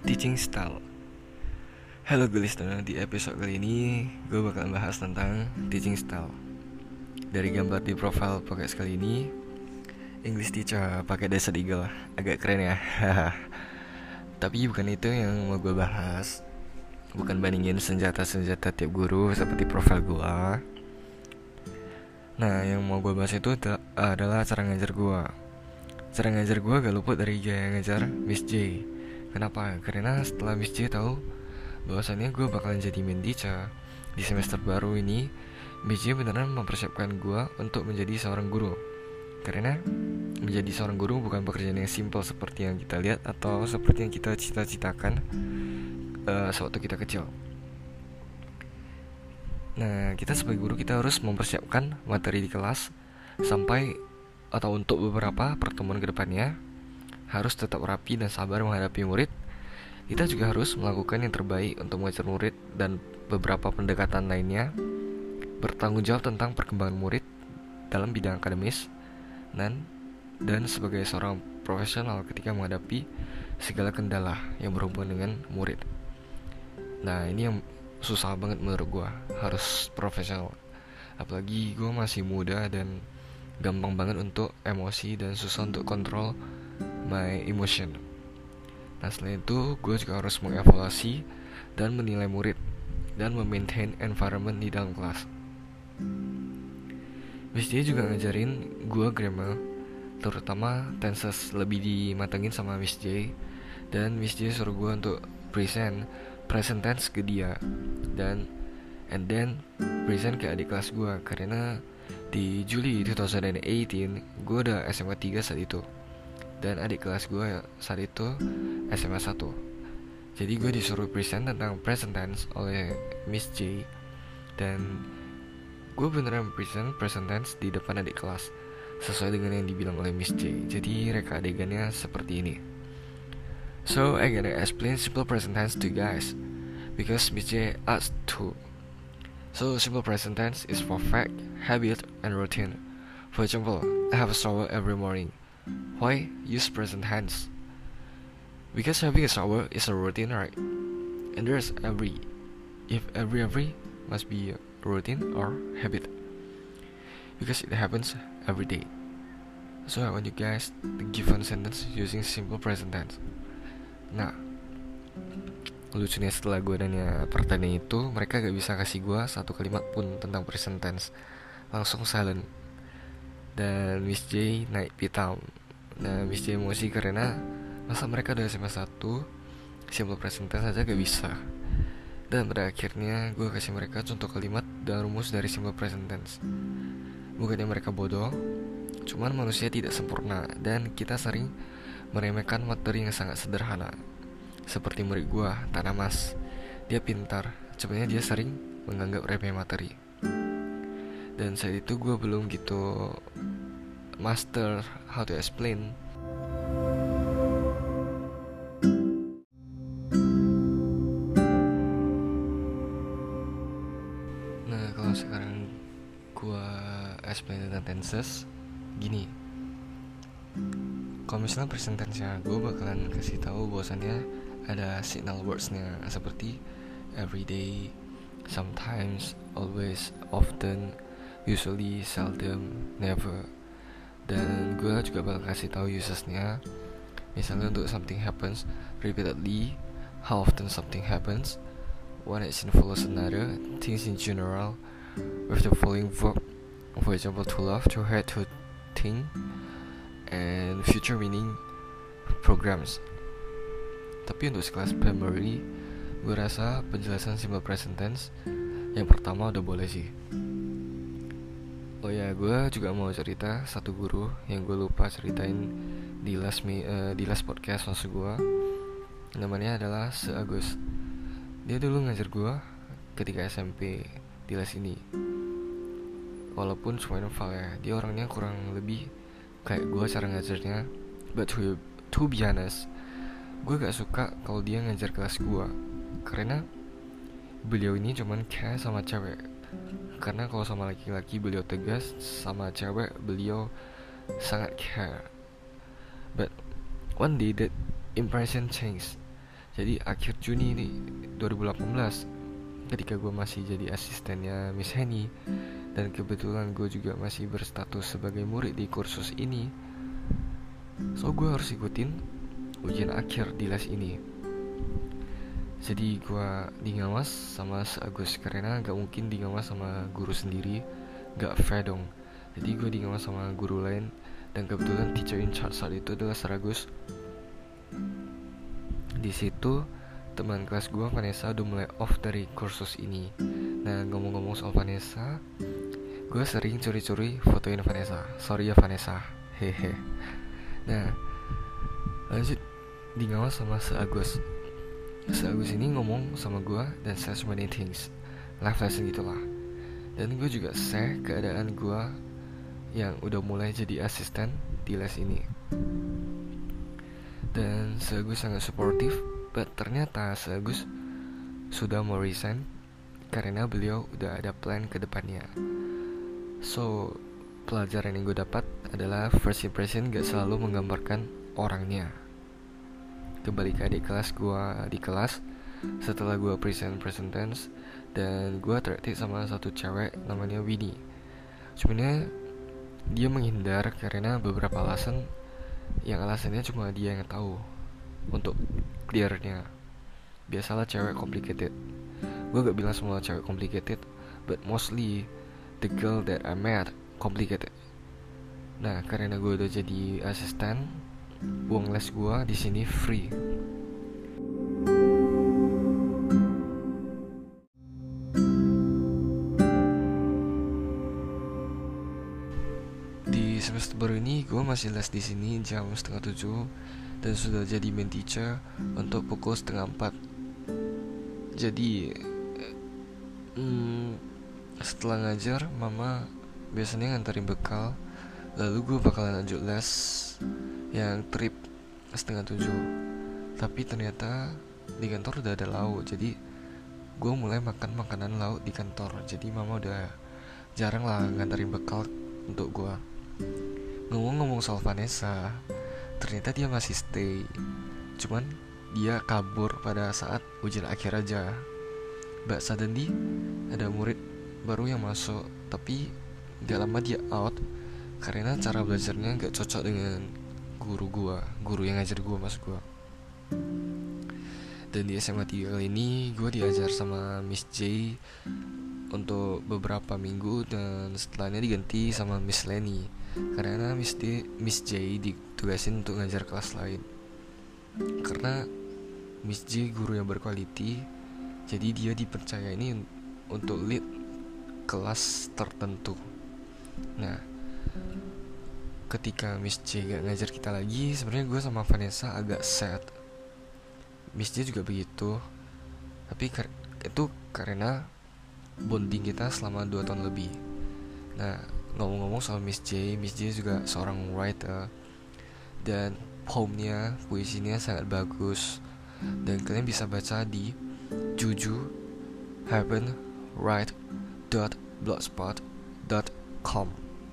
Teaching Style. Halo listener, di episode kali ini gue bakalan bahas tentang teaching style. Dari gambar di profile podcast kali ini, English teacher pakai Desert Eagle, agak keren ya. Tapi bukan itu yang mau gue bahas. Bukan bandingin senjata-senjata tiap guru seperti profile gue. Nah, yang mau gue bahas itu adalah cara ngajar gue. Cara ngajar gue gak luput dari gaya ngajar Miss J. Kenapa? Karena setelah Miss J tahu bahwasannya gue bakalan jadi main teacher di semester baru ini, Miss J beneran mempersiapkan gue untuk menjadi seorang guru. Karena menjadi seorang guru bukan pekerjaan yang simpel seperti yang kita lihat atau seperti yang kita cita-citakan sewaktu kita kecil. Nah, kita sebagai guru kita harus mempersiapkan materi di kelas sampai atau untuk beberapa pertemuan kedepannya harus tetap rapi dan sabar menghadapi murid. Kita juga harus melakukan yang terbaik untuk mengajar murid dan beberapa pendekatan lainnya, bertanggung jawab tentang perkembangan murid dalam bidang akademis dan sebagai seorang profesional ketika menghadapi segala kendala yang berhubungan dengan murid. Nah, ini yang susah banget menurut gue, harus profesional. Apalagi gue masih muda dan gampang banget untuk emosi dan susah untuk kontrol my emotion. Nah, selain itu gue juga harus mengevaluasi dan menilai murid dan memaintain environment di dalam kelas. Miss J juga ngajarin gue grammar, terutama tenses lebih dimatengin sama Miss J. Dan Miss J suruh gue untuk present tense ke dia and then present ke adik kelas gue. Karena di Juli 2018 gue udah SMA 3 saat itu, dan adik kelas gue saat itu SMA 1. Jadi gue disuruh present tentang present tense oleh Miss J, dan gue beneran present tense di depan adik kelas sesuai dengan yang dibilang oleh Miss J. Jadi reka adegannya seperti ini. So I gonna explain simple present tense to you guys because Miss J asked to. So simple present tense is for fact, habit, and routine. For example, I have a shower every morning. Why use present tense? Because having a shower is a routine, right? And there's every. If every must be a routine or habit, because it happens every day. So I want you guys to give one sentence using simple present tense. Nah, lucunya setelah gue nanya pertanyaan itu, mereka gak bisa kasih gue satu kalimat pun tentang present tense. Langsung silent. Dan Miss J naik pitam. Nah, Miss J emosi karena masa mereka udah SMA 1 simple present tense aja gak bisa. Dan pada akhirnya gue kasih mereka contoh kalimat dan rumus dari simple present tense. Bukannya mereka bodoh, cuman manusia tidak sempurna, dan kita sering meremehkan materi yang sangat sederhana. Seperti murid gue, Tanah Mas. Dia pintar, sebenarnya dia sering menganggap remeh materi. Dan saat itu gue belum gitu master how to explain. Nah, kalau sekarang gue explain tentang tenses, gini. Kalau misalnya present tense-nya, gue bakalan kasih tahu bahwasannya ada signal words-nya seperti everyday, sometimes, always, often, usually, seldom, never. Dan gue juga bakal kasih tahu uses-nya. Misalnya untuk something happens repeatedly, how often something happens, one action follows another, things in general, with the following verb. For example, to love, to hate, to think, and future meaning programs. Tapi untuk sekelas primary, gue rasa penjelasan simple present tense yang pertama udah boleh sih. Oh ya, gue juga mau cerita satu guru yang gue lupa ceritain di last podcast maksud gue. Namanya adalah Se Agus. Dia dulu ngajar gue ketika SMP di les ini. Walaupun cuma novel ya, dia orangnya kurang lebih kayak gue cara ngajarnya. But to be honest, gue gak suka kalau dia ngajar kelas gue, karena beliau ini cuman care sama cewek. Karena kalau sama laki-laki beliau tegas, sama cewek beliau sangat care. But one day that impression changed. Jadi akhir Juni nih 2018, ketika gue masih jadi asistennya Miss Henny, dan kebetulan gue juga masih berstatus sebagai murid di kursus ini, so gue harus ikutin ujian akhir di les ini. Jadi gue dingawas sama Agus, karena gak mungkin dingawas sama guru sendiri, gak fair dong. Jadi gue dingawas sama guru lain, dan kebetulan teacher in charge saat itu adalah Agus. Di situ teman kelas gue, Vanessa, udah mulai off dari kursus ini. Nah, ngomong-ngomong soal Vanessa, gue sering curi-curi fotoin Vanessa. Sorry ya Vanessa, hehe. Nah, lanjut dingawas sama Agus. Agus ini ngomong sama gue dan say so many things, life lesson gitulah. Dan gue juga share keadaan gue yang udah mulai jadi asisten di les ini. Dan Agus sangat supportive, but ternyata Agus sudah mau resign karena beliau udah ada plan ke depannya. So, pelajaran yang gue dapat adalah first impression gak selalu menggambarkan orangnya. Kembali ke adik kelas gue di kelas, setelah gue present tense, dan gue tertarik sama satu cewek namanya Winnie. Sebenarnya dia menghindar karena beberapa alasan, yang alasannya cuma dia yang tahu. Untuk clearnya, biasalah cewek complicated. Gue gak bilang semua cewek complicated, but mostly the girl that I met complicated. Nah, karena gue udah jadi asisten, uang les gue di sini free. Di semester baru ini gue masih les di sini jam 6:30 dan sudah jadi main teacher untuk pukul 3:30. Jadi setelah ngajar, mama biasanya nganterin bekal, lalu gue bakalan lanjut les yang trip 6:30. Tapi ternyata di kantor udah ada lauk, jadi gue mulai makan makanan lauk di kantor. Jadi mama udah jarang lah nganterin bekal untuk gue. Ngomong-ngomong soal Vanessa, ternyata dia masih stay, cuman dia kabur pada saat ujian akhir aja. But suddenly ada murid baru yang masuk, tapi gak lama dia out karena cara belajarnya gak cocok dengan guru yang ngajar gua, maksud gua. Dan di SMA 3 kali ini gue diajar sama Miss J untuk beberapa minggu, dan setelahnya diganti sama Miss Lenny karena Miss J ditugasin untuk ngajar kelas lain. Karena Miss J guru yang berkualiti, jadi dia dipercaya ini untuk lead kelas tertentu. Nah, ketika Miss J gak ngajar kita lagi, sebenarnya gue sama Vanessa agak sad. Miss J juga begitu, tapi itu karena bonding kita selama 2 tahun lebih. Nah, ngomong-ngomong soal Miss J juga seorang writer, dan poemnya, puisinya sangat bagus, dan kalian bisa baca di jujuhavenwrite.blogspot.com.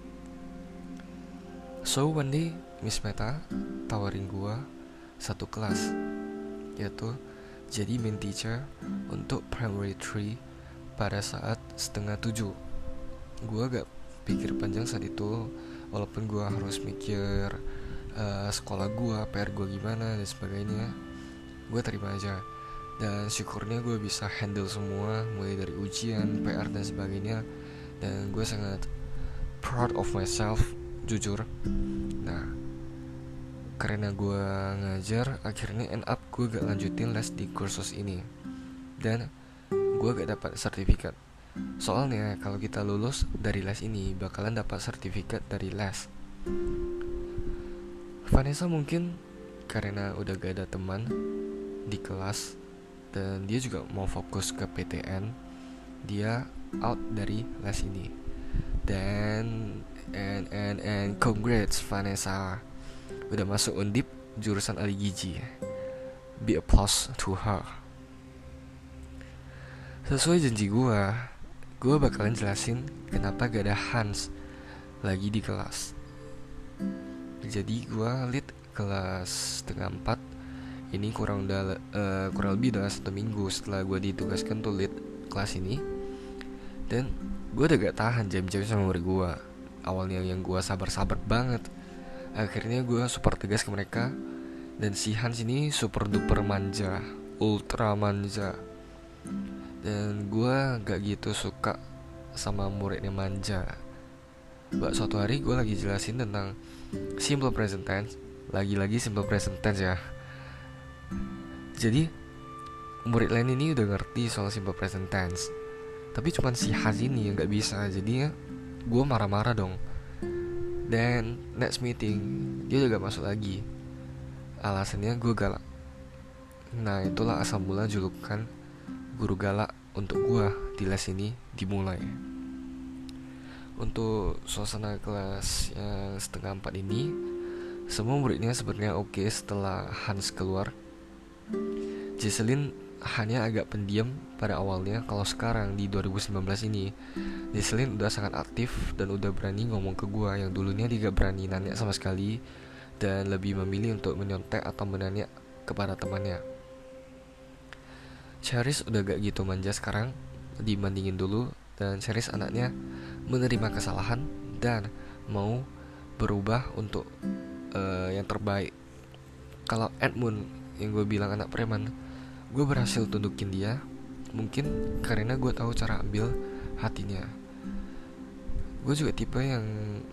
So one day Miss Meta tawarin gua satu kelas, yaitu jadi main teacher untuk primary 3 pada saat 6:30. Gua gak pikir panjang saat itu, walaupun gua harus mikir sekolah gua, PR gua gimana dan sebagainya. Gue terima aja, dan syukurnya gue bisa handle semua, mulai dari ujian, PR dan sebagainya. Dan gue sangat proud of myself, jujur. Nah, karena gue ngajar, akhirnya end up gue gak lanjutin les di kursus ini, dan gue gak dapat sertifikat. Soalnya kalau kita lulus dari les ini, bakalan dapat sertifikat dari les. Vanessa mungkin karena udah gak ada teman di kelas, dan dia juga mau fokus ke PTN, dia out dari les ini. Dan and congrats Vanessa, udah masuk Undip jurusan ahli gizi. Be applause to her. Sesuai janji gue bakalan jelasin kenapa gak ada Hans lagi di kelas. Jadi gue lead kelas 3:30 ini kurang lebih udah 1 minggu setelah gue ditugaskan tuh lead kelas ini. Dan gue udah gak tahan jam-jam sama murid gue. Awalnya yang gue sabar-sabar banget, akhirnya gue super tegas ke mereka. Dan si Hans ini super duper manja, ultra manja. Dan gue gak gitu suka sama muridnya manja. Suatu hari gue lagi jelasin tentang simple present tense. Lagi-lagi simple present tense ya. Jadi murid lain ini udah ngerti soal simple present tense, tapi cuman si Hans ini yang gak bisa. Jadinya gue marah-marah dong. Dan next meeting dia udah gak masuk lagi. Alasannya gue galak. Nah itulah asal mula julukan guru galak untuk gue di les ini dimulai. Untuk suasana kelas yang 3:30 ini, semua muridnya sebenarnya oke setelah Hans keluar. Jesselyn hanya agak pendiam pada awalnya. Kalau sekarang di 2019 ini, Jesselyn udah sangat aktif dan udah berani ngomong ke gua yang dulunya dia gak berani nanya sama sekali, dan lebih memilih untuk menyontek atau menanya kepada temannya. Charis udah gak gitu manja sekarang dibandingin dulu, dan Charis anaknya menerima kesalahan dan mau berubah untuk yang terbaik. Kalau Edmund yang gue bilang anak preman, gue berhasil tundukin dia. Mungkin karena gue tahu cara ambil hatinya. Gue juga tipe yang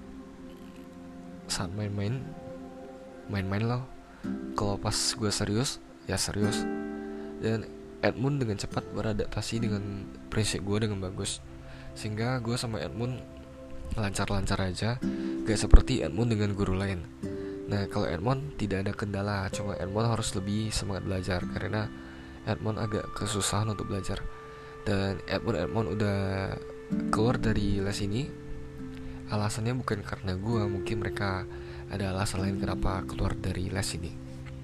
saat main-main loh. Kalau pas gue serius, ya serius. Dan Edmund dengan cepat beradaptasi dengan prinsip gue dengan bagus, sehingga gue sama Edmund lancar-lancar aja. Gak seperti Edmund dengan guru lain. Nah kalau Edmund tidak ada kendala, cuma Edmund harus lebih semangat belajar karena Edmund agak kesusahan untuk belajar. Dan Edmund udah keluar dari les ini. Alasannya bukan karena gue, mungkin mereka ada alasan lain kenapa keluar dari les ini.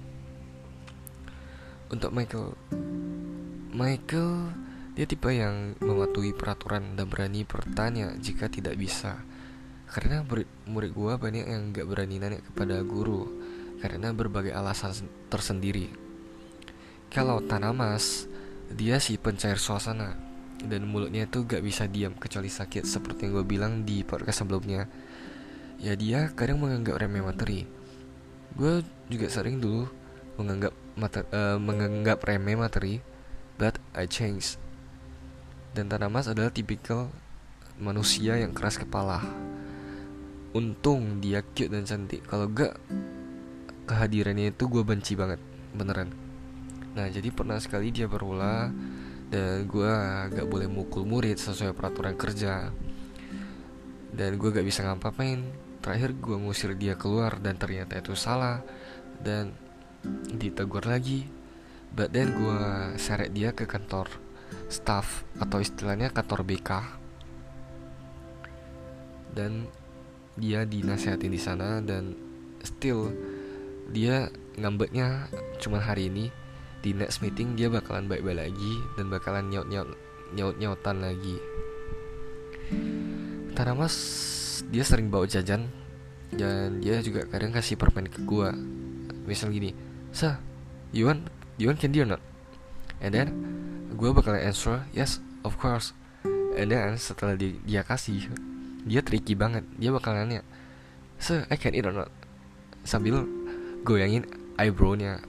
Untuk Michael, dia tipe yang mematuhi peraturan dan berani bertanya jika tidak bisa. Karena murid gue banyak yang gak berani nanya kepada guru karena berbagai alasan tersendiri. Kalau Tanamas, dia si pencair suasana, dan mulutnya itu gak bisa diam kecuali sakit, seperti yang gue bilang di podcast sebelumnya. Ya dia kadang menganggap remeh materi. Gue juga sering dulu menganggap remeh materi, but I changed. Dan Tanamas adalah tipikal manusia yang keras kepala. Untung dia cute dan cantik. Kalau gak, kehadirannya itu gue benci banget, beneran. Nah jadi pernah sekali dia berulah, dan gue gak boleh mukul murid sesuai peraturan kerja, dan gue gak bisa ngapa-ngapain. Terakhir gue ngusir dia keluar, dan ternyata itu salah, dan ditegur lagi. But then gue seret dia ke kantor staff, atau istilahnya kantor BK, dan dia dinasihatin di sana. Dan still dia ngambeknya cuma hari ini. Di next meeting dia bakalan baik-baik lagi dan bakalan nyaut-nyautan lagi. Tanamas dia sering bawa jajan, dan dia juga kadang kasih permen ke gua. Misal gini, "Sir, you want candy or not?" And then gua bakalan answer, "Yes, of course." And then setelah dia kasih, dia tricky banget. Dia bakalan nanya, "Sir, I can eat or not?" Sambil goyangin eyebrow-nya.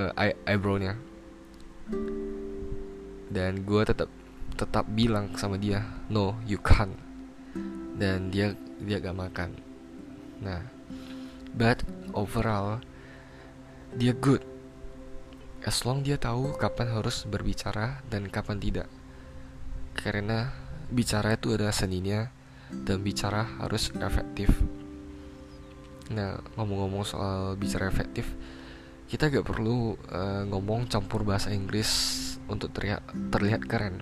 Dan gue tetap bilang sama dia, "No, you can't." Dan dia gak makan. Nah, but overall dia good, as long dia tahu kapan harus berbicara dan kapan tidak. Karena bicara itu ada seninya, dan bicara harus efektif. Nah, ngomong-ngomong soal bicara efektif, kita gak perlu ngomong campur bahasa Inggris untuk terlihat keren.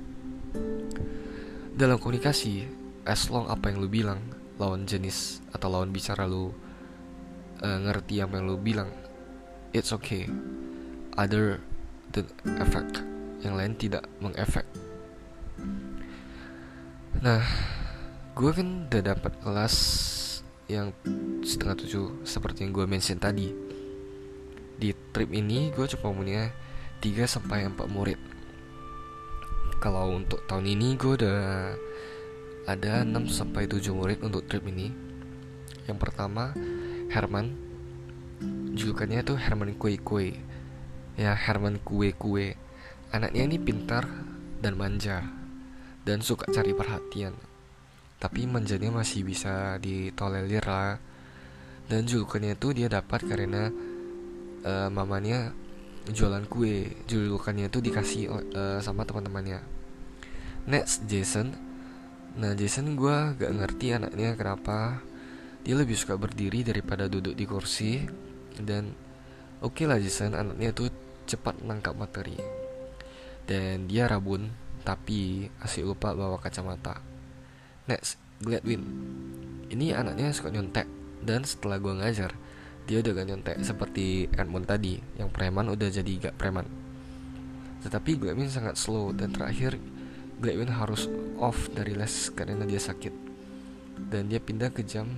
Dalam komunikasi, as long apa yang lu bilang, lawan jenis atau lawan bicara lu ngerti apa yang lu bilang, it's okay. Other than effect, yang lain tidak mengefek. Nah, gue kan udah dapat kelas yang 6:30 seperti yang gue mention tadi. Di trip ini gue cuma punya 3-4 murid. Kalau untuk tahun ini gue udah ada 6-7 murid untuk trip ini. Yang pertama Herman, julukannya tuh Herman Kue. Ya, Herman Kue. Anaknya ini pintar dan manja dan suka cari perhatian, tapi manjanya masih bisa ditolerir lah. Dan julukannya itu dia dapat karena mamanya jualan kue. Julukannya itu dikasih sama teman-temannya. Next, Jason. Nah, Jason gue gak ngerti anaknya kenapa dia lebih suka berdiri daripada duduk di kursi. Dan oke lah, Jason anaknya tuh cepat nangkap materi. Dan dia rabun, tapi asik lupa bawa kacamata. Next, Gladwin. Ini anaknya suka nyontek, dan setelah gue ngajar, dia udah gak nyontek seperti Edmund tadi, yang preman udah jadi gak preman. Tetapi Gladwin sangat slow, dan terakhir Gladwin harus off dari les karena dia sakit. Dan dia pindah ke jam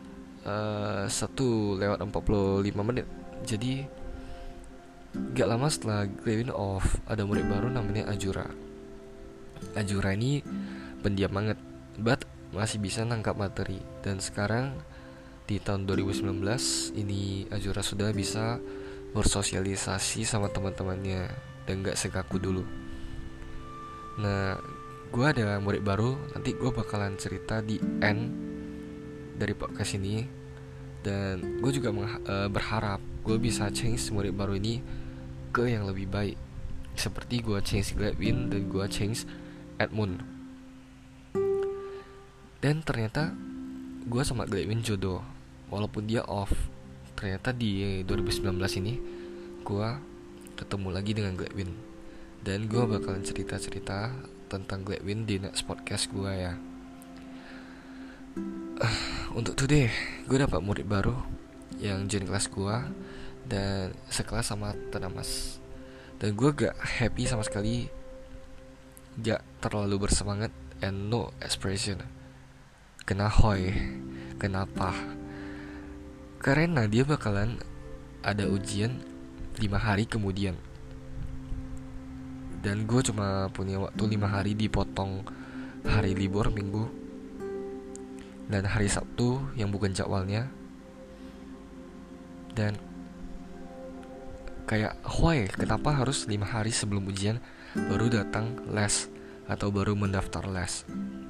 1:45. Jadi gak lama setelah Gladwin off, ada murid baru namanya Ajura. Ajura ini pendiam banget, but masih bisa nangkap materi. Dan sekarang di tahun 2019 ini Ajura sudah bisa bersosialisasi sama teman-temannya dan gak sekaku dulu. Nah, gue ada murid baru, nanti gue bakalan cerita di end dari podcast ini. Dan gue juga berharap gue bisa change murid baru ini ke yang lebih baik, seperti gue change Gladwin dan gue change Edmund. Dan ternyata gue sama Gladwin jodoh, walaupun dia off. Ternyata di 2019 ini gue ketemu lagi dengan Gladwin, dan gue bakalan cerita-cerita tentang Gladwin di next podcast gue ya. Untuk today, gue dapat murid baru yang join kelas gue dan sekelas sama Tanamas. Dan gue gak happy sama sekali, gak terlalu bersemangat, and no expression. Kenapa? Karena dia bakalan ada ujian 5 hari kemudian, dan gue cuma punya waktu 5 hari, dipotong hari libur Minggu dan hari Sabtu yang bukan jadwalnya. Dan kayak kenapa harus 5 hari sebelum ujian baru datang les atau baru mendaftar les.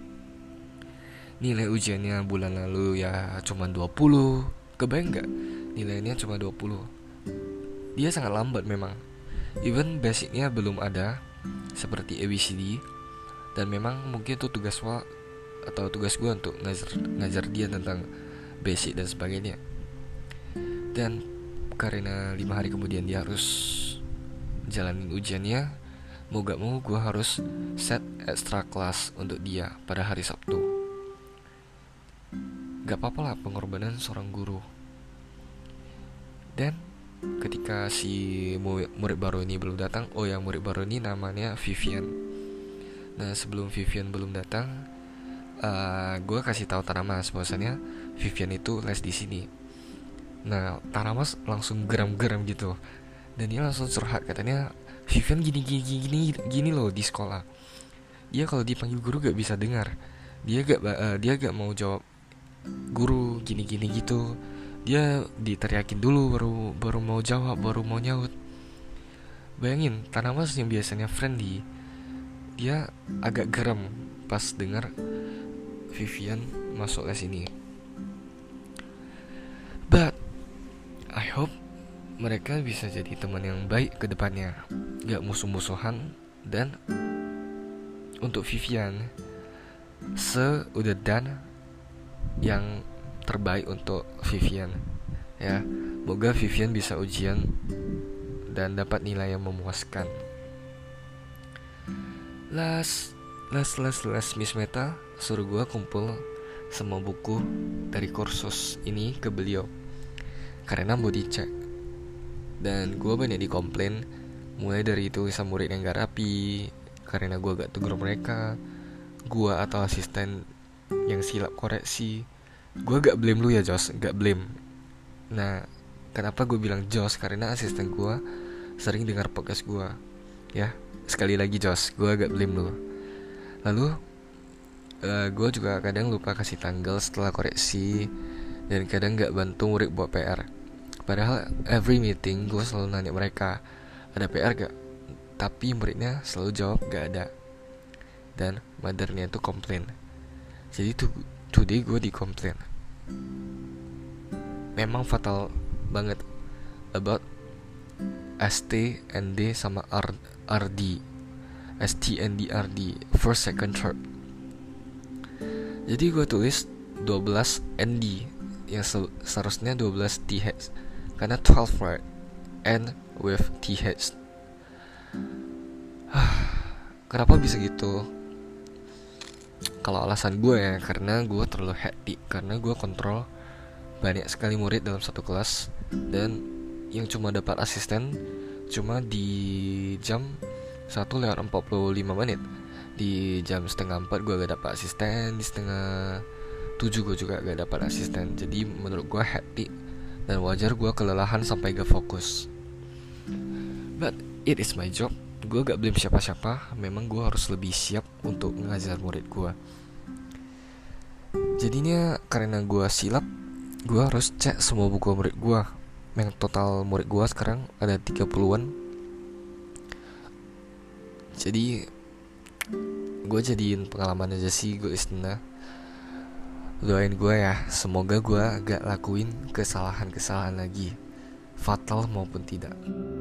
Nilai ujiannya bulan lalu ya cuma 20. Kebayang gak? Nilainya cuma 20. Dia sangat lambat memang. Even basicnya belum ada, seperti ABCD. Dan memang mungkin itu tugas gue untuk ngajar dia tentang basic dan sebagainya. Dan karena 5 hari kemudian dia harus jalanin ujiannya, mau gak mau gue harus set extra class untuk dia pada hari Sabtu. Gak apa-apa lah pengorbanan seorang guru. Dan ketika si murid baru ini belum datang, yang murid baru ini namanya Vivian. Nah, sebelum Vivian belum datang, gue kasih tahu Tanamas bahwasannya Vivian itu les di sini. Nah, Tanamas langsung geram-geram gitu, dan dia langsung curhat, katanya Vivian gini loh di sekolah. Dia kalau dipanggil guru gak bisa dengar. Dia gak mau jawab guru gini gitu. Dia diteriakin dulu baru mau jawab, baru mau nyaut. Bayangin, Tanamas yang biasanya friendly, dia agak geram pas dengar Vivian masuk les ini. But I hope mereka bisa jadi teman yang baik ke depannya, gak musuh-musuhan. Dan untuk Vivian, udah done yang terbaik untuk Vivian ya. Moga Vivian bisa ujian dan dapat nilai yang memuaskan. Last Miss Meta suruh gue kumpul semua buku dari kursus ini ke beliau karena mau dicek. Dan gue banyak dikomplain, mulai dari tulisan murid yang gak rapi karena gue gak tegur mereka, gue atau asisten yang silap koreksi. Gue gak blame lu ya Jos, gak blame. Nah, Kenapa gue bilang Josh? Karena asisten gue sering dengar podcast gue. Ya, sekali lagi Josh, gue agak blame lu. Lalu gue juga kadang lupa kasih tanggal setelah koreksi, dan kadang gak bantu murid buat PR. Padahal every meeting gue selalu nanya mereka, ada PR gak? Tapi muridnya selalu jawab gak ada. Dan mothernya itu komplain. Jadi today gue dikomplain. Memang fatal banget about ST, ND sama RD. ST, ND, RD, first, second, third. Jadi gue tulis 12 ND yang seharusnya 12 TH, karena 12 word end with TH. Kenapa bisa gitu? Kalau alasan gue ya, karena gue terlalu hektik, karena gue kontrol banyak sekali murid dalam satu kelas, dan yang cuma dapat asisten cuma di jam 1:45. Di jam 3:30 gue gak dapat asisten, di 6:30 gue juga gak dapat asisten. Jadi menurut gue hektik, dan wajar gue kelelahan sampai gak fokus. But it is my job. Gue gak blame siapa-siapa. Memang gue harus lebih siap untuk mengajar murid gue. Jadinya karena gue silap, gue harus cek semua buku murid gue. Yang total murid gue sekarang ada 30-an. Jadi gue jadiin pengalaman aja sih, gue listener. Doain gue ya, semoga gue gak lakuin kesalahan-kesalahan lagi, fatal maupun tidak.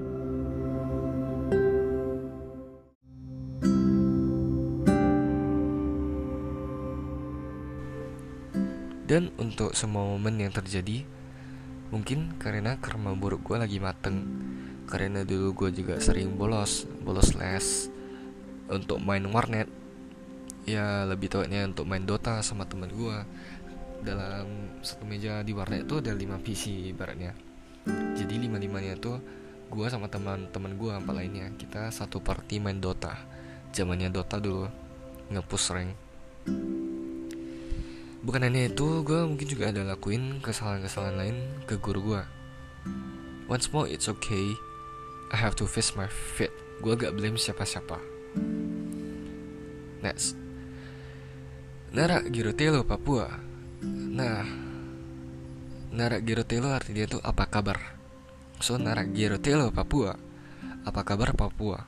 Dan untuk semua momen yang terjadi, mungkin karena karma buruk gue lagi mateng. Karena dulu gue juga sering bolos les untuk main warnet. Ya lebih tepatnya untuk main Dota sama teman gue. Dalam satu meja di warnet itu ada 5 PC ibaratnya. Jadi 5-5-nya tuh gue sama teman-teman gue 4 lainnya, kita satu party main Dota. Zamannya Dota dulu, nge-push rank. Bukan hanya itu, gue mungkin juga ada lakuin kesalahan-kesalahan lain ke guru gue. Once more, it's okay, I have to face my fate. Gue gak blame siapa-siapa. Next, Nara Girotelo, Papua. Nah, Nara Girotelo artinya itu apa kabar. So, Nara Girotelo, Papua. Apa kabar Papua?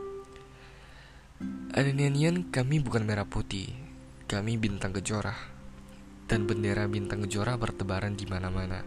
Ada nyanyian, kami bukan merah putih, kami bintang kejora. Dan bendera bintang kejora bertebaran di mana-mana.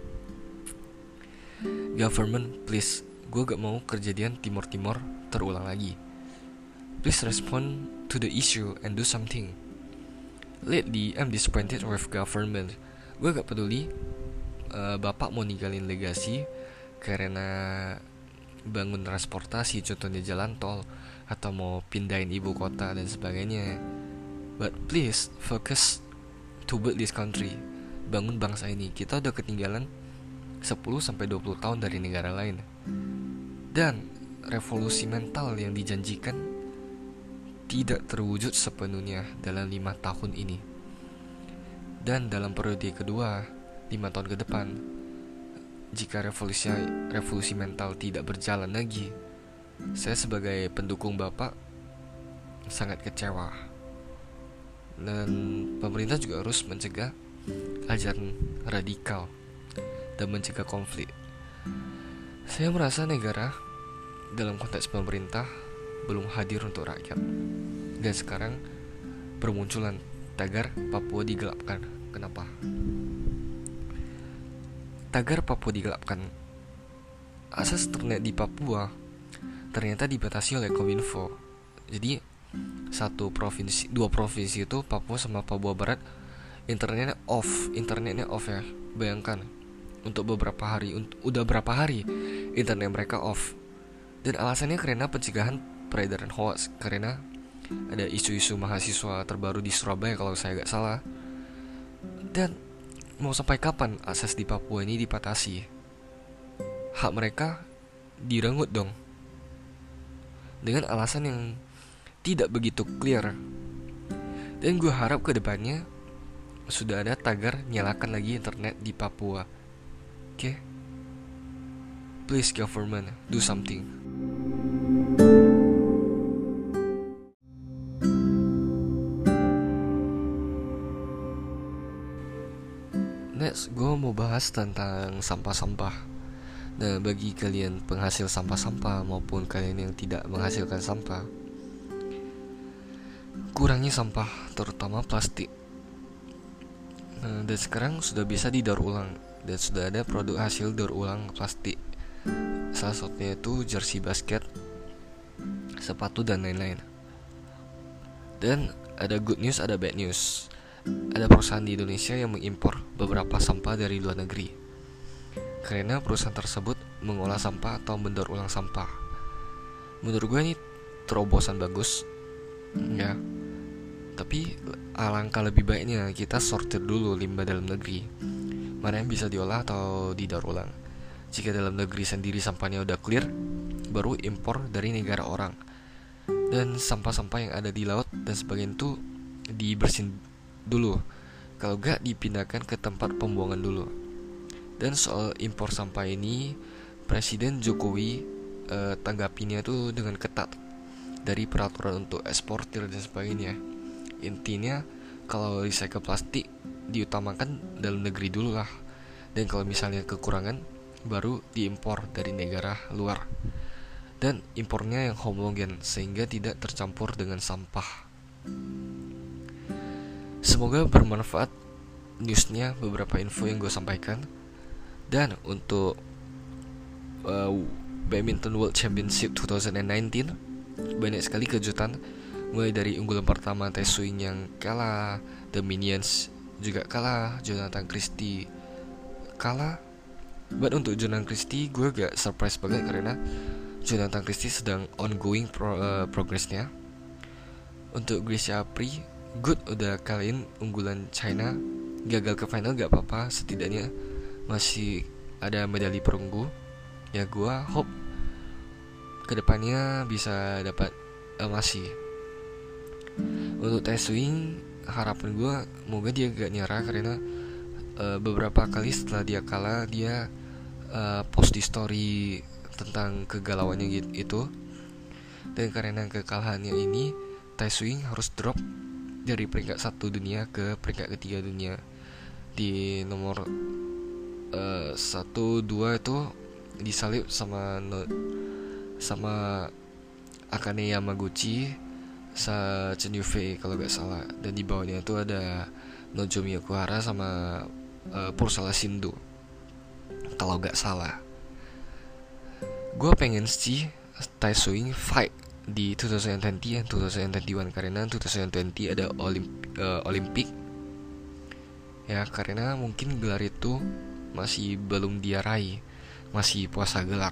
Government, please, gue gak mau kejadian Timor-Timor terulang lagi. Please respond to the issue and do something. Lately, I'm disappointed with government. Gue gak peduli bapak mau ninggalin legasi karena bangun transportasi, contohnya jalan tol, atau mau pindahin ibu kota dan sebagainya. But please focus to build this country. Bangun bangsa ini. Kita udah ketinggalan 10-20 tahun dari negara lain. Dan revolusi mental yang dijanjikan tidak terwujud sepenuhnya dalam 5 tahun ini. Dan dalam periode kedua 5 tahun ke depan, jika revolusi mental tidak berjalan lagi, saya sebagai pendukung Bapak sangat kecewa. Dan pemerintah juga harus mencegah ajaran radikal dan mencegah konflik. Saya merasa negara dalam konteks pemerintah belum hadir untuk rakyat. Dan sekarang bermunculan tagar Papua digelapkan. Kenapa? Tagar Papua digelapkan. Akses internet di Papua ternyata dibatasi oleh Kominfo. Jadi dua provinsi itu, Papua sama Papua Barat, internetnya off ya. Bayangkan, untuk beberapa hari, udah berapa hari internet mereka off. Dan alasannya karena pencegahan peredaran hoax, karena ada isu-isu mahasiswa terbaru di Surabaya kalau saya gak salah. Dan mau sampai kapan akses di Papua ini dipatasi? Hak mereka direnggut dong, dengan alasan yang tidak begitu clear. Dan gue harap ke depannya sudah ada tagar nyalakan lagi internet di Papua. Oke? Please government, do something. Next, gue mau bahas tentang sampah-sampah. Nah, bagi kalian penghasil sampah-sampah maupun kalian yang tidak menghasilkan sampah, kurangi sampah, terutama plastik. Nah, dan sekarang sudah bisa didaur ulang dan sudah ada produk hasil daur ulang plastik. Salah satunya itu jersey basket, sepatu dan lain-lain. Dan ada good news, ada bad news. Ada perusahaan di Indonesia yang mengimpor beberapa sampah dari luar negeri karena perusahaan tersebut mengolah sampah atau mendaur ulang sampah. Menurut gue ini terobosan bagus, ya. Tapi alangkah lebih baiknya kita sortir dulu limbah dalam negeri, mana yang bisa diolah atau didaur ulang. Jika dalam negeri sendiri sampahnya udah clear, baru impor dari negara orang. Dan sampah-sampah yang ada di laut dan sebagainya itu dibersihin dulu, kalau gak dipindahkan ke tempat pembuangan dulu. Dan soal impor sampah ini, Presiden Jokowi tanggapinya tuh dengan ketat, dari peraturan untuk eksportir dan sebagainya. Intinya kalau recycle plastik diutamakan dalam negeri dulu lah, dan kalau misalnya kekurangan baru diimpor dari negara luar, dan impornya yang homogen sehingga tidak tercampur dengan sampah. Semoga bermanfaat newsnya, beberapa info yang gue sampaikan. Dan untuk Badminton World Championship 2019, banyak sekali kejutan. Mulai dari unggulan pertama Tae Swing yang kalah, The Minions juga kalah, Jonathan Christie kalah. But untuk Jonathan Christie gue agak surprise banget karena Jonathan Christie sedang ongoing progressnya. Untuk Gracia Apri, good udah kalian unggulan China, gagal ke final gak apa-apa, setidaknya masih ada medali perunggu. Ya gue hope kedepannya bisa dapat emas sih. Untuk Tae Swing, harapan gue moga dia gak nyerah karena beberapa kali setelah dia kalah dia post di story tentang kegalauannya gitu. Dan karena kekalahannya ini, Tae Swing harus drop dari peringkat 1 dunia ke peringkat ketiga dunia. Di nomor 1, 2 itu disalip sama Akane Yamaguchi, Chen Yufei kalau gak salah. Dan di bawahnya itu ada Nozomi Okuhara sama Purcell Sindhu kalau gak salah. Gue pengen sih Tae Swing fight di 2020 dan 2021 karena 2020 ada Olimpik ya, karena mungkin gelar itu masih belum dia raih, masih puasa gelar.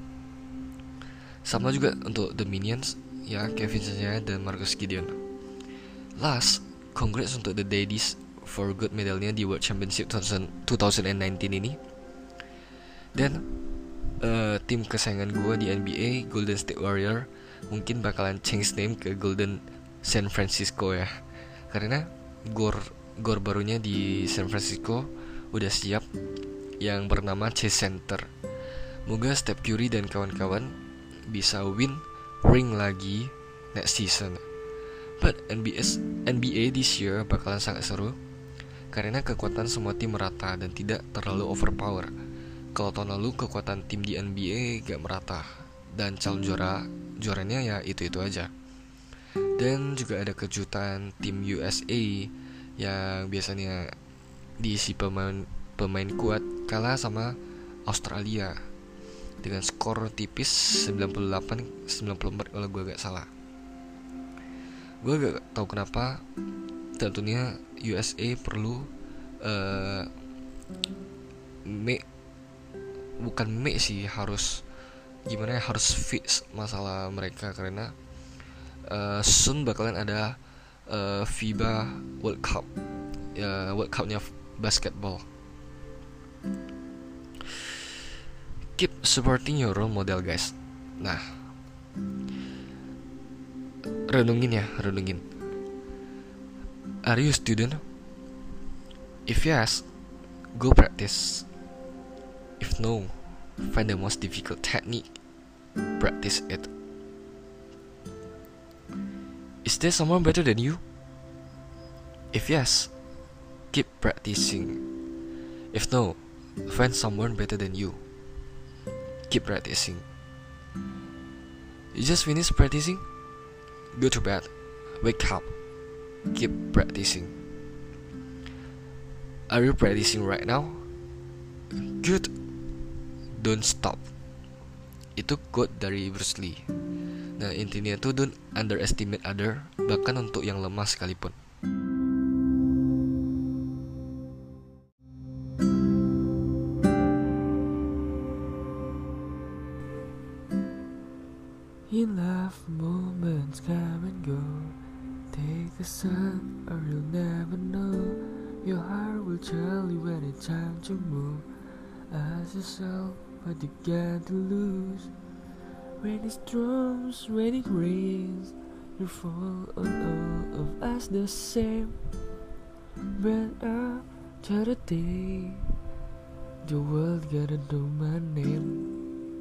Sama juga untuk The Minions ya, Kevin Sanjaya dan Marcus Gideon. Last, congrats untuk The Daddies for good medalnya di World Championship 2019 ini. Dan tim kesayangan gue di NBA, Golden State Warrior, mungkin bakalan change name ke Golden San Francisco ya, karena gor barunya di San Francisco udah siap yang bernama Chase Center. Moga Steph Curry dan kawan-kawan bisa win ring lagi next season. But NBA this year bakalan sangat seru karena kekuatan semua tim merata dan tidak terlalu overpower. Kalau tahun lalu kekuatan tim di NBA gak merata dan calon juaranya ya itu aja. Dan juga ada kejutan tim USA yang biasanya diisi pemain kuat kalah sama Australia dengan skor tipis 98-94 kalau gue gak salah. Gue gak tahu kenapa, tentunya USA perlu harus fix masalah mereka karena soon bakalan ada FIBA World Cup, World Cup-nya basketball. Keep supporting your role model guys. Nah, renungin. Are you a student? If yes, go practice. If no, find the most difficult technique, practice it. Is there someone better than you? If yes, keep practicing. If no, find someone better than you. Keep practicing. You just finished practicing? Go to bed. Wake up. Keep practicing. Are you practicing right now? Good. Don't stop. Itu quote dari Bruce Lee. Nah, intinya tuh don't underestimate other, bahkan untuk yang lemah sekalipun. In life, moments come and go. Take a sun, or you'll never know. Your heart will tell you when it's time to move. Ask yourself what you got to lose. When it storms, when it rains, you fall on all of us the same. But after the day, the world gotta know my name.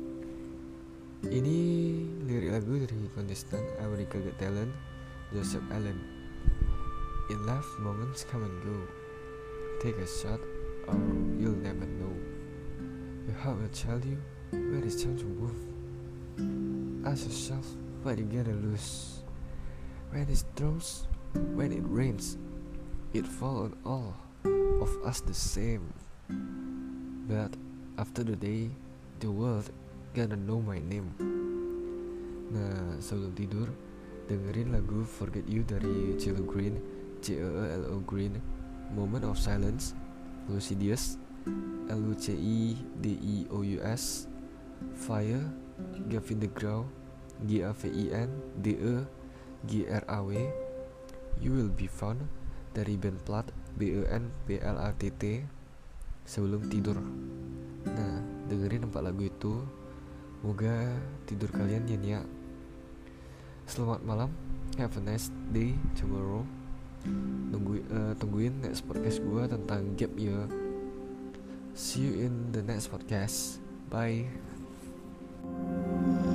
Ini lirik lagu dari kontestan America Got Talent, Joseph Allen. In life, moments come and go. Take a shot, or you'll never know. Your heart will tell you when it's time to move. Ask yourself what you gotta lose. When it storms, when it rains, it fall on all of us the same. But after the day, the world gotta know my name. Nah, sebelum tidur, dengerin lagu Forget You dari CeeLo Green, CeeLo Green, Moment of Silence, Lucidious, LUCIDIOUS, Fire, Gavin DeGraw, GAVIN DE GRAW, You Will Be Found dari band Plat, BENPLATT, sebelum tidur. Nah, dengerin 4 lagu itu. Moga tidur kalian nyenyak. Selamat malam. Have a nice day tomorrow. Tungguin next podcast gue tentang gap year. See you in the next podcast. Bye.